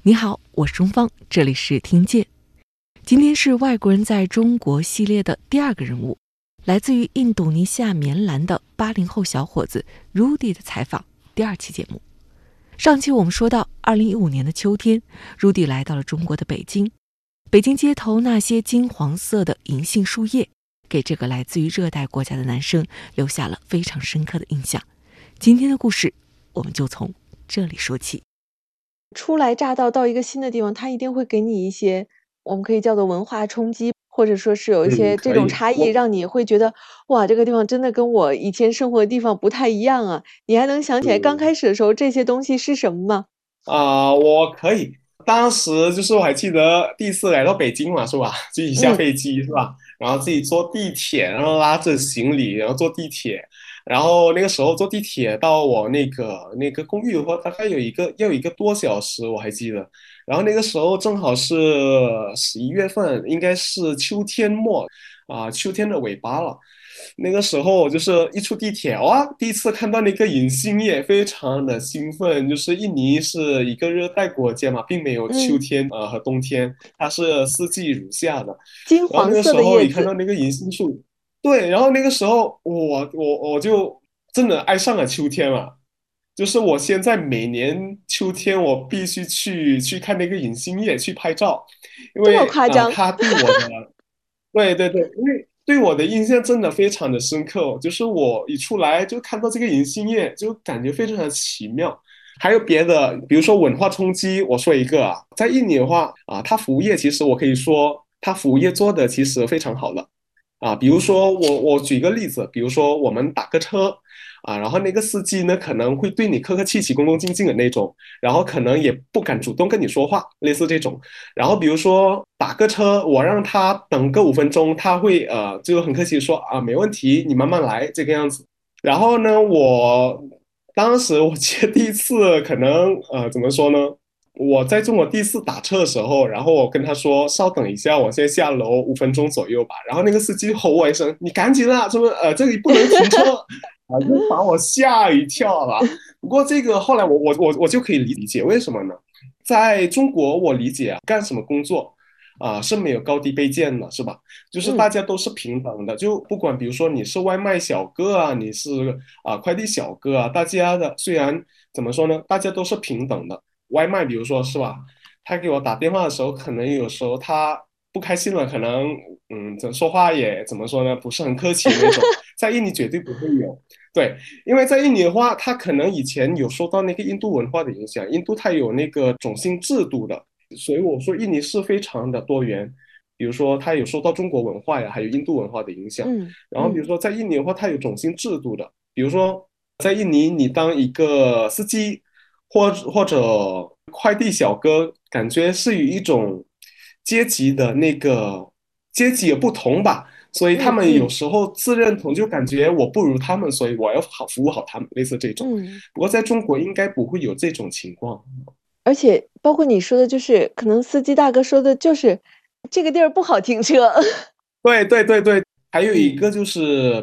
你好，我是钟芳，这里是听见。今天是外国人在中国系列的第二个人物，来自于印度尼西亚棉兰的80后小伙子 Rudy 的采访第二期节目。上期我们说到2015年的秋天， Rudy 来到了中国的北京。北京街头那些金黄色的银杏树叶，给这个来自于热带国家的男生留下了非常深刻的印象。今天的故事我们就从这里说起。 初来乍到到一个新的地方，它一定会给你一些我们可以叫做文化冲击，或者说是有一些这种差异，让你会觉得哇，这个地方真的跟我以前生活的地方不太一样啊。你还能想起来刚开始的时候这些东西是什么吗？ 我可以。当时就是我还记得第一次来到北京嘛，是吧？自己下飞机是吧？然后自己坐地铁，然后拉着行李，然后坐地铁。然后那个时候坐地铁到我那个公寓的话，大概要一个多小时，我还记得。然后那个时候正好是11月份，应该是秋天末秋天的尾巴了。那个时候就是一出地铁，哇，第一次看到那个银杏叶，非常的兴奋。就是印尼是一个热带国家嘛，并没有秋天和冬天，它是四季如夏的。然后那个金黄色时候一看的叶子。 到那个银杏树，对，然后那个时候我就真的爱上了秋天了。就是我现在每年秋天我必须去看那个银杏叶，去拍照。因这么为夸张？ 它对我的对对对，因为对我的印象真的非常的深刻哦，就是我一出来就看到这个银杏叶，就感觉非常的奇妙。还有别的，比如说文化冲击，我说一个在印尼的话它服务业其实我可以说，它服务业做的其实非常好了。比如说我举一个例子，比如说我们打个车然后那个司机呢可能会对你客客气气、恭恭敬敬的那种，然后可能也不敢主动跟你说话，类似这种。然后比如说打个车，我让他等个5分钟，他会就很客气地说没问题，你慢慢来这个样子。然后呢，当时我记得第一次可能怎么说呢？我在中国第一次打车的时候，然后我跟他说稍等一下，我现在下楼5分钟左右吧。然后那个司机吼我一声：“你赶紧啊，这里不能停车！”就把我吓一跳了。不过这个后来我就可以理解为什么呢？在中国我理解干什么工作是没有高低卑贱的，是吧？就是大家都是平等的，就不管比如说你是外卖小哥你是快递小哥大家的虽然怎么说呢，大家都是平等的。外卖比如说是吧，他给我打电话的时候，可能有时候他不开心了，可能说话也怎么说呢，不是很客气那种，在印尼绝对不会有。对，因为在印尼的话，他可能以前有受到那个印度文化的影响，印度它有那个种姓制度的，所以我说印尼是非常的多元。比如说，它有受到中国文化呀，还有印度文化的影响。然后比如说在印尼的话，它有种姓制度的，比如说在印尼，你当一个司机或者快递小哥，感觉是与一种阶级的那个阶级的不同吧。所以他们有时候自认同，就感觉我不如他们，所以我要服务好他们，类似这种。不过在中国应该不会有这种情况。 而且包括你说的，就是可能司机大哥说的就是这个地儿不好停车。 对对对对，还有一个就是，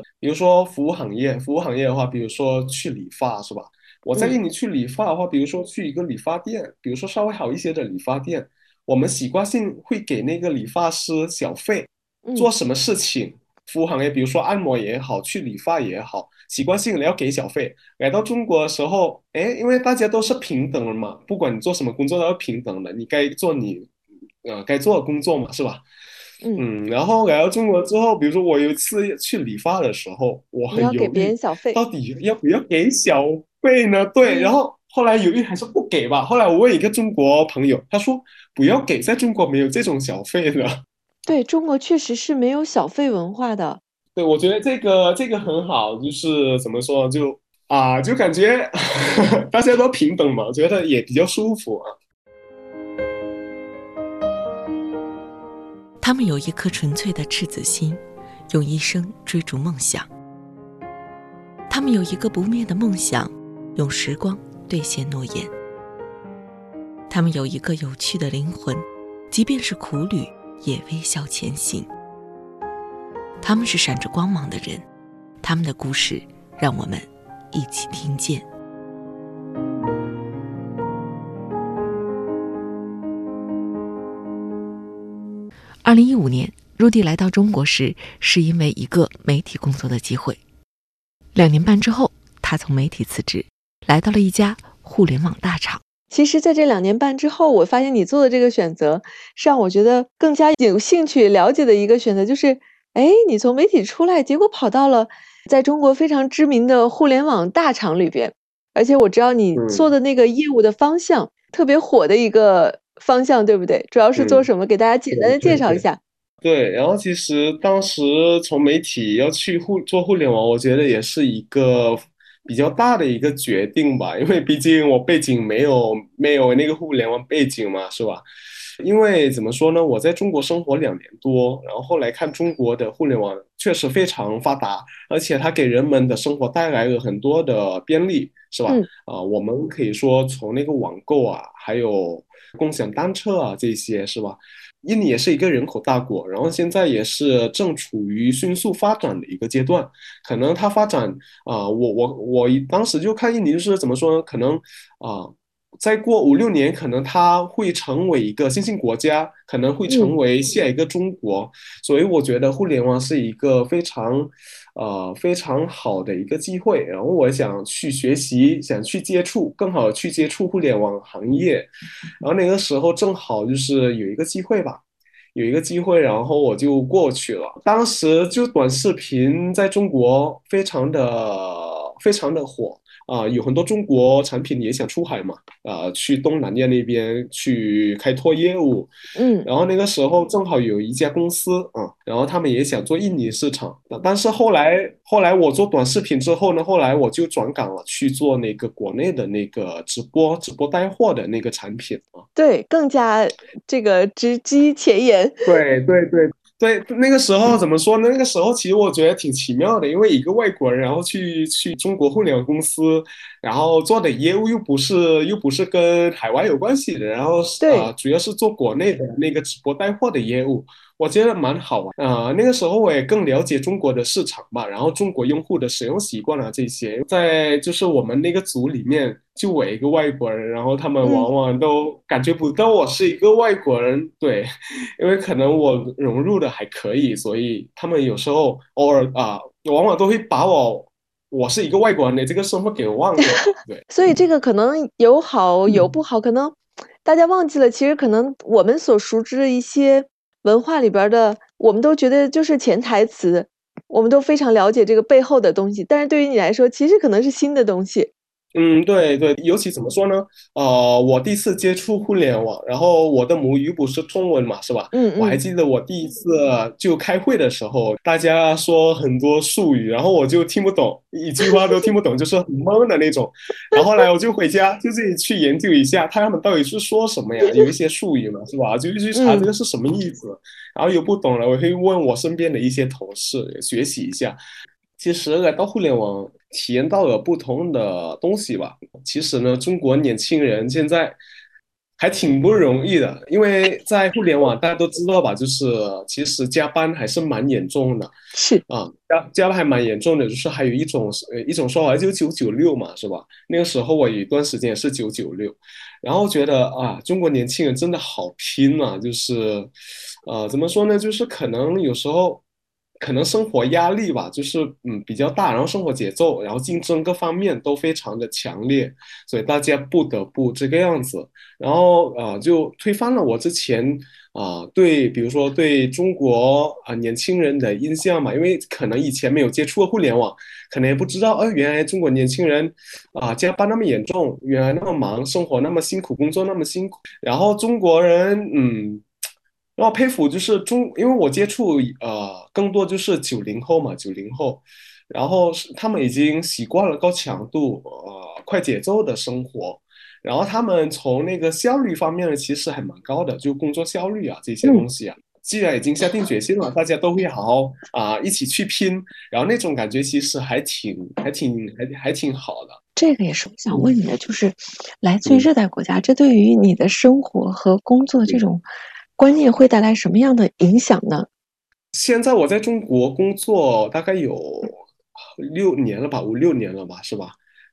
比如说服务行业，服务行业的话，比如说去理发是吧？我在印尼去理发的话，比如说去一个理发店，比如说稍微好一些的理发店，我们习惯性会给那个理发师小费。做什么事情，服务行业，比如说按摩也好，去理发也好，习惯性的要给小费。来到中国的时候，哎，因为大家都是平等的嘛，不管你做什么工作都是平等的，你该做你该做的工作嘛，是吧？然后来到中国之后，比如说我有一次去理发的时候，我你要给别人很犹豫， 小费。 到底要不要给小费呢？对，然后后来犹豫还是不给吧。后来我问一个中国朋友，他说不要给，在中国没有这种小费的。 对，中国确实是没有小费文化的。 对，我觉得这个很好，就是怎么说，就感觉大家都平等嘛，觉得也比较舒服他们有一颗纯粹的赤子心，用一生追逐梦想。他们有一个不灭的梦想，用时光兑现诺言。他们有一个有趣的灵魂，即便是苦旅也微笑前行。他们是闪着光芒的人，他们的故事让我们一起听见。 2015年，Rudy 来到中国时是因为一个媒体工作的机会。2年半之后，他从媒体辞职，来到了一家互联网大厂。 其实在这2年半之后，我发现你做的这个选择是让我觉得更加有兴趣了解的一个选择，就是你从媒体出来，结果跑到了在中国非常知名的互联网大厂里边，而且我知道你做的那个业务的方向特别火的一个方向，对不对？主要是做什么？给大家简单的介绍一下。 对，然后其实当时从媒体要去做互联网，我觉得也是一个比较大的一个决定吧，因为毕竟我背景没有那个互联网背景嘛，是吧？因为怎么说呢，我在中国生活2年多，然后后来看中国的互联网确实非常发达，而且它给人们的生活带来了很多的便利，是吧？我们可以说从那个网购啊，还有共享单车啊这些，是吧？印尼也是一个人口大国，然后现在也是正处于迅速发展的一个阶段。可能它发展我当时就看印尼就是怎么说呢？可能再过5、6年，可能它会成为一个新兴国家，可能会成为下一个中国。所以我觉得互联网是一个非常好的一个机会。然后我想去学习，想去接触，更好的去接触互联网行业。然后那个时候正好就是有一个机会吧。有一个机会，然后我就过去了。当时就短视频在中国非常的火有很多中国产品也想出海嘛，去东南亚那边去开拓业务。然后那个时候正好有一家公司然后他们也想做印尼市场，但是后来我做短视频之后呢，后来我就转岗了，去做那个国内的那个直播带货的那个产品对，更加这个直击前沿。 对对对对，那个时候怎么说呢？那个时候其实我觉得挺奇妙的，因为一个外国人，然后去中国互联网公司，然后做的业务又不是跟海外有关系的，然后主要是做国内的那个直播带货的业务。我觉得蛮好玩那个时候我也更了解中国的市场吧，然后中国用户的使用习惯这些，在就是我们那个组里面就我一个外国人，然后他们往往都感觉不到我是一个外国人，对，因为可能我融入的还可以，所以他们有时候偶尔往往都会把我是一个外国人的这个身份给忘掉，对。 所以这个可能有好有不好，可能大家忘记了，其实可能我们所熟知的一些文化里边的，我们都觉得就是潜台词，我们都非常了解这个背后的东西，但是对于你来说，其实可能是新的东西。 对对，尤其怎么说呢？我第一次接触互联网，然后我的母语不是中文嘛，是吧？我还记得我第一次就开会的时候，大家说很多术语，然后我就听不懂，一句话都听不懂，就是很懵的那种。然后后来我就回家，就自己去研究一下，他们到底是说什么呀？有一些术语嘛，是吧？就去查这个是什么意思。然后有不懂了，我会问我身边的一些同事学习一下。其实来到互联网，体验到了不同的东西吧。其实呢，中国年轻人现在还挺不容易的，因为在互联网大家都知道吧，就是其实加班还是蛮严重的。 是加班还蛮严重的，就是还有一种说法就996嘛，是吧？那个时候我有一段时间也是996，然后觉得中国年轻人真的好拼啊，就是怎么说呢？就是可能有时候。可能生活压力吧，就是比较大，然后生活节奏，然后竞争各方面都非常的强烈，所以大家不得不这个样子，然后就推翻了我之前比如说对中国年轻人的印象嘛，因为可能以前没有接触过互联网，可能也不知道原来中国年轻人加班那么严重，原来那么忙，生活那么辛苦，工作那么辛苦，然后中国人让我佩服就是因为我接触更多就是90后嘛，90后，然后他们已经习惯了高强度快节奏的生活，然后他们从那个效率方面呢，其实还蛮高的，就工作效率这些东西既然已经下定决心了，大家都会好好一起去拼，然后那种感觉其实还挺好的。 这个也是我想问你的，就是来自于热带国家，这对于你的生活和工作这种观念会带来什么样的影响呢？ 现在我在中国工作大概有6年了吧，5、6年了吧，是吧？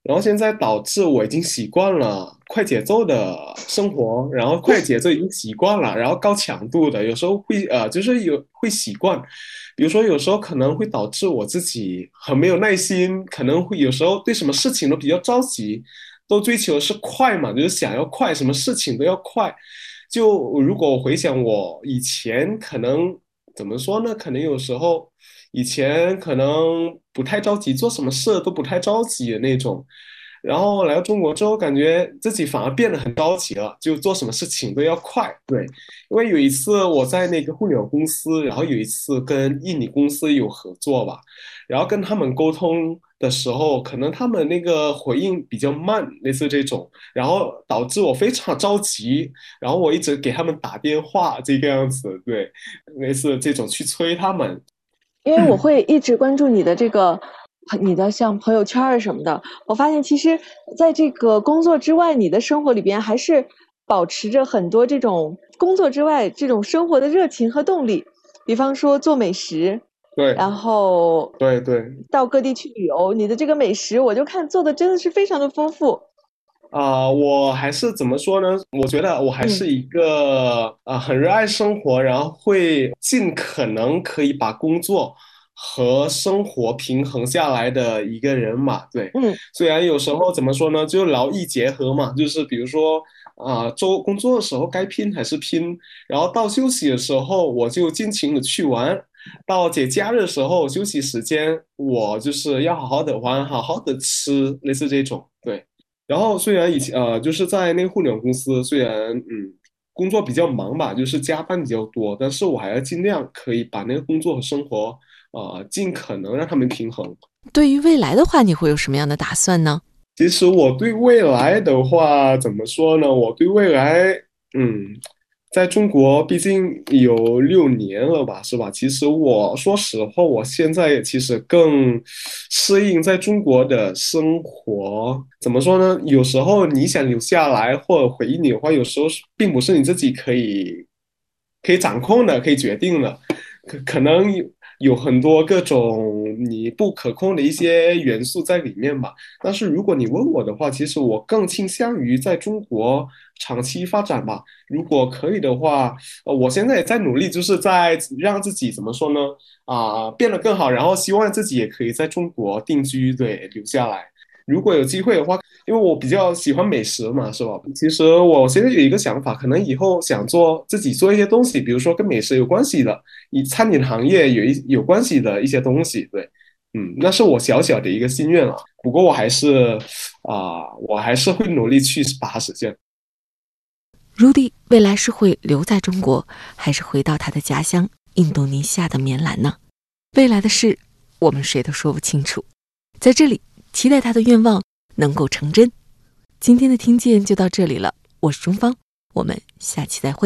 然后现在导致我已经习惯了快节奏的生活，然后快节奏已经习惯了，然后高强度的，有时候会就是会习惯，比如说有时候可能会导致我自己很没有耐心，可能会有时候对什么事情都比较着急，都追求的是快嘛，就是想要快，什么事情都要快。就如果我回想我以前可能怎么说呢？可能有时候以前可能不太着急，做什么事都不太着急的那种。然后来到中国之后，感觉自己反而变得很着急了，就做什么事情都要快。对，因为有一次我在那个互联网公司，然后有一次跟印尼公司有合作吧，然后跟他们沟通的时候，可能他们那个回应比较慢，类似这种，然后导致我非常着急，然后我一直给他们打电话，这个样子，对，类似这种去催他们。 因为我会一直关注你的这个，你的像朋友圈儿什么的，我发现其实在这个工作之外，你的生活里边还是保持着很多这种工作之外这种生活的热情和动力。比方说做美食， 对然后对对。 到各地去旅游，你的这个美食我就看做的真的是非常的丰富。 我还是怎么说呢？我觉得我还是一个很热爱生活，然后会尽可能可以把工作和生活平衡下来的一个人嘛。对， 嗯。 虽然有时候怎么说呢，就劳逸结合嘛，就是比如说工作的时候该拼还是拼，然后到休息的时候我就尽情的去玩，到节假日的时候休息时间我就是要好好的玩，好好的吃，类似这种，对。然后虽然以前就是在那个互联网公司，虽然工作比较忙吧，就是加班比较多，但是我还要尽量可以把那个工作和生活尽可能让他们平衡。 对于未来的话，你会有什么样的打算呢？ 其实我对未来的话，怎么说呢？我对未来，嗯，在中国毕竟有6年了吧，是吧？其实我说实话，我现在其实更适应在中国的生活。怎么说呢？有时候你想留下来或者回忆你的话，有时候并不是你自己可以掌控的，可以决定的。可能有很多各种你不可控的一些元素在里面吧。但是如果你问我的话，其实我更倾向于在中国长期发展吧。如果可以的话，我现在也在努力，就是在让自己怎么说呢？变得更好，然后希望自己也可以在中国定居，对，留下来。如果有机会的话，因为我比较喜欢美食嘛，是吧？其实我现在有一个想法，可能以后想自己做一些东西，比如说跟美食有关系的，以餐饮行业有关系的一些东西，对，那是我小小的一个心愿了。不过我还是会努力去把它实现。 Rudy 未来是会留在中国，还是回到他的家乡印度尼西亚的棉兰呢？未来的事，我们谁都说不清楚。在这里，期待他的愿望能够成真。今天的听见就到这里了，我是钟芳，我们下期再会。